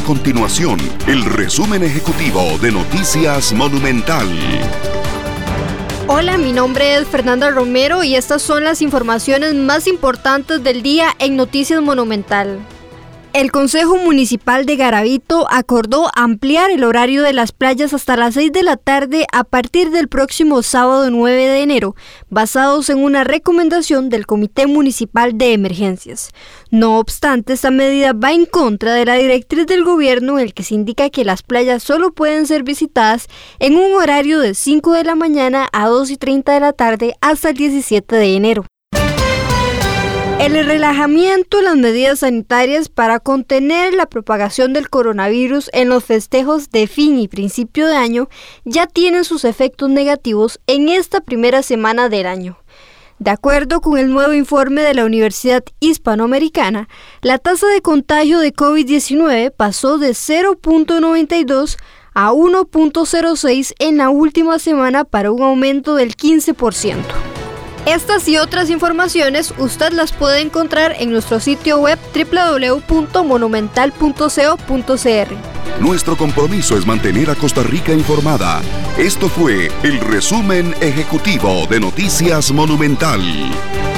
continuación el resumen ejecutivo de Noticias Monumental. Hola, mi nombre es Fernanda Romero y estas son las informaciones más importantes del día en Noticias Monumental. El Consejo Municipal de Garavito acordó ampliar el horario de las playas hasta las 6 de la tarde a partir del próximo sábado 9 de enero, basados en una recomendación del Comité Municipal de Emergencias. No obstante, esta medida va en contra de la directriz del gobierno en el que se indica que las playas solo pueden ser visitadas en un horario de 5 de la mañana a 2:30 de la tarde hasta el 17 de enero. El relajamiento en las medidas sanitarias para contener la propagación del coronavirus en los festejos de fin y principio de año ya tienen sus efectos negativos en esta primera semana del año. De acuerdo con el nuevo informe de la Universidad Hispanoamericana, la tasa de contagio de COVID-19 pasó de 0.92 a 1.06 en la última semana para un aumento del 15%. Estas y otras informaciones usted las puede encontrar en nuestro sitio web www.monumental.co.cr. Nuestro compromiso es mantener a Costa Rica informada. Esto fue el resumen ejecutivo de Noticias Monumental.